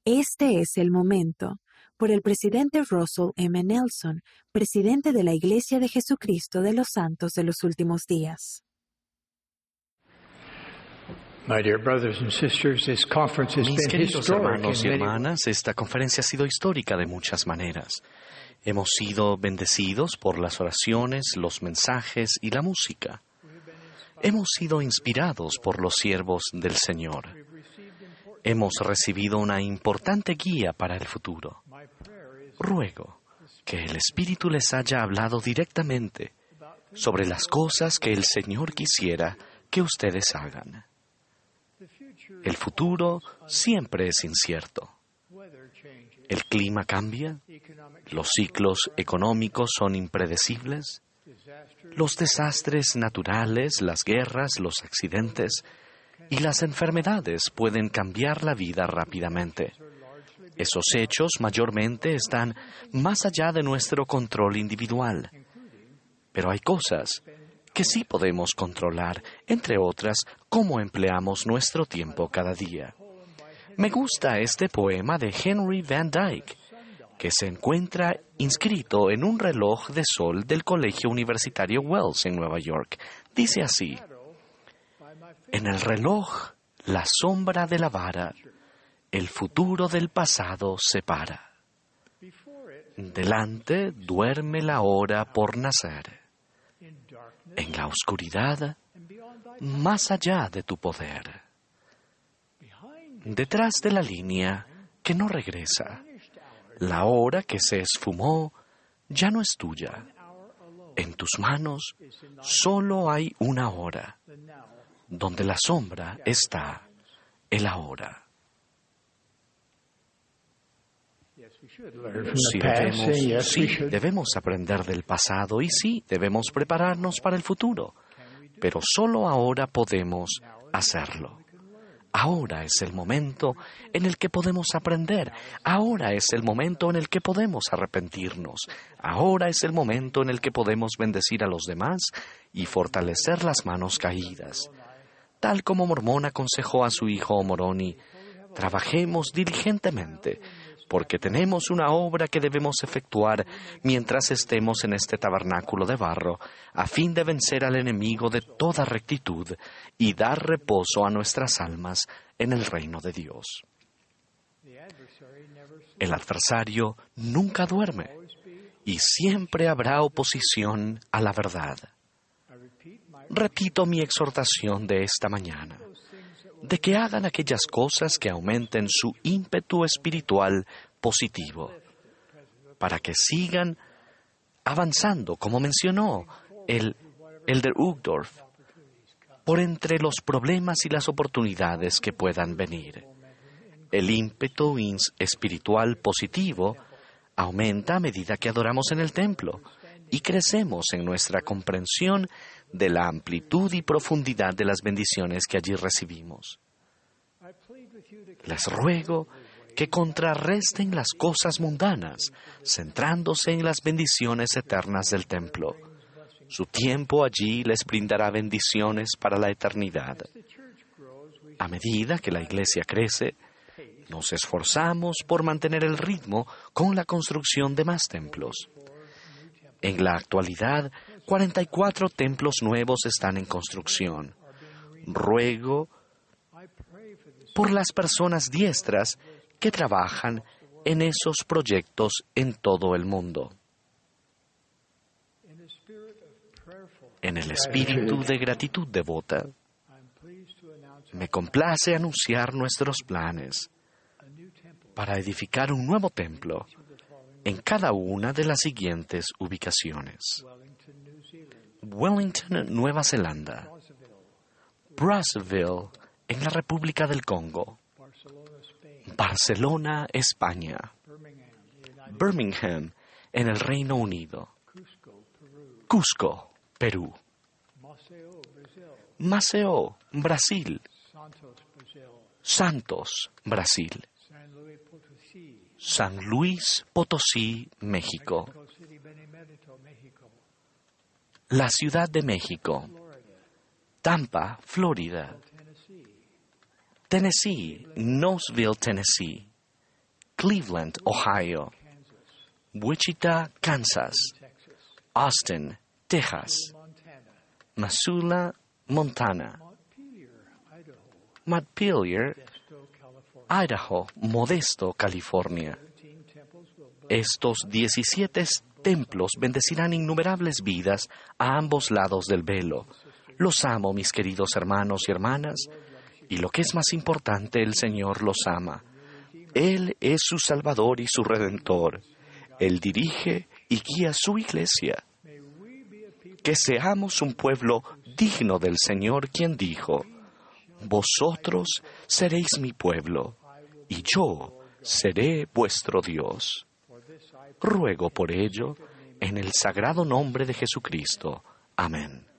Este es el momento, por el presidente Russell M. Nelson, presidente de la Iglesia de Jesucristo de los Santos de los Últimos Días. My dear brothers and sisters, this conference has Mis been queridos historic hermanos y in many hermanas, esta conferencia ha sido histórica de muchas maneras. Hemos sido bendecidos por las oraciones, los mensajes y la música. Hemos sido inspirados por los siervos del Señor. Hemos recibido una importante guía para el futuro. Ruego que el Espíritu les haya hablado directamente sobre las cosas que el Señor quisiera que ustedes hagan. El futuro siempre es incierto. El clima cambia, los ciclos económicos son impredecibles, los desastres naturales, las guerras, los accidentes y las enfermedades pueden cambiar la vida rápidamente. Esos hechos mayormente están más allá de nuestro control individual. Pero hay cosas que sí podemos controlar, entre otras, cómo empleamos nuestro tiempo cada día. Me gusta este poema de Henry Van Dyke, que se encuentra inscrito en un reloj de sol del Colegio Universitario Wells en Nueva York. Dice así: en el reloj, la sombra de la vara, el futuro del pasado separa. Delante duerme la hora por nacer. En la oscuridad, más allá de tu poder. Detrás de la línea que no regresa, la hora que se esfumó ya no es tuya. En tus manos solo hay una hora. Donde la sombra está, el ahora. Sí, debemos aprender del pasado y sí, debemos prepararnos para el futuro, pero solo ahora podemos hacerlo. Ahora es el momento en el que podemos aprender, ahora es el momento en el que podemos arrepentirnos, ahora es el momento en el que podemos bendecir a los demás y fortalecer las manos caídas. Tal como Mormón aconsejó a su hijo Moroni, trabajemos diligentemente, porque tenemos una obra que debemos efectuar mientras estemos en este tabernáculo de barro, a fin de vencer al enemigo de toda rectitud y dar reposo a nuestras almas en el reino de Dios. El adversario nunca duerme y siempre habrá oposición a la verdad. Repito mi exhortación de esta mañana, de que hagan aquellas cosas que aumenten su ímpetu espiritual positivo, para que sigan avanzando, como mencionó el Elder Uchtdorf, por entre los problemas y las oportunidades que puedan venir. El ímpetu espiritual positivo aumenta a medida que adoramos en el templo y crecemos en nuestra comprensión de la amplitud y profundidad de las bendiciones que allí recibimos. Les ruego que contrarresten las cosas mundanas, centrándose en las bendiciones eternas del templo. Su tiempo allí les brindará bendiciones para la eternidad. A medida que la iglesia crece, nos esforzamos por mantener el ritmo con la construcción de más templos. En la actualidad, 44 templos nuevos están en construcción. Ruego por las personas diestras que trabajan en esos proyectos en todo el mundo. En el espíritu de gratitud devota, me complace anunciar nuestros planes para edificar un nuevo templo en cada una de las siguientes ubicaciones: Wellington, Nueva Zelanda; Brazzaville, en la República del Congo; Barcelona, España; Birmingham, en el Reino Unido; Cusco, Perú; Maceo, Brasil; Santos, Brasil; San Luis Potosí, México; la Ciudad de México; Tampa, Florida; Tennessee, Knoxville, Tennessee; Cleveland, Ohio, Wichita, Kansas, Austin, Texas, Missoula, Montana, Montpelier, Idaho, Modesto, California. Estos 17 templos bendecirán innumerables vidas a ambos lados del velo. Los amo, mis queridos hermanos y hermanas, y lo que es más importante, el Señor los ama. Él es su Salvador y su Redentor. Él dirige y guía su iglesia. Que seamos un pueblo digno del Señor, quien dijo: vosotros seréis mi pueblo, y yo seré vuestro Dios. Ruego por ello, en el sagrado nombre de Jesucristo. Amén.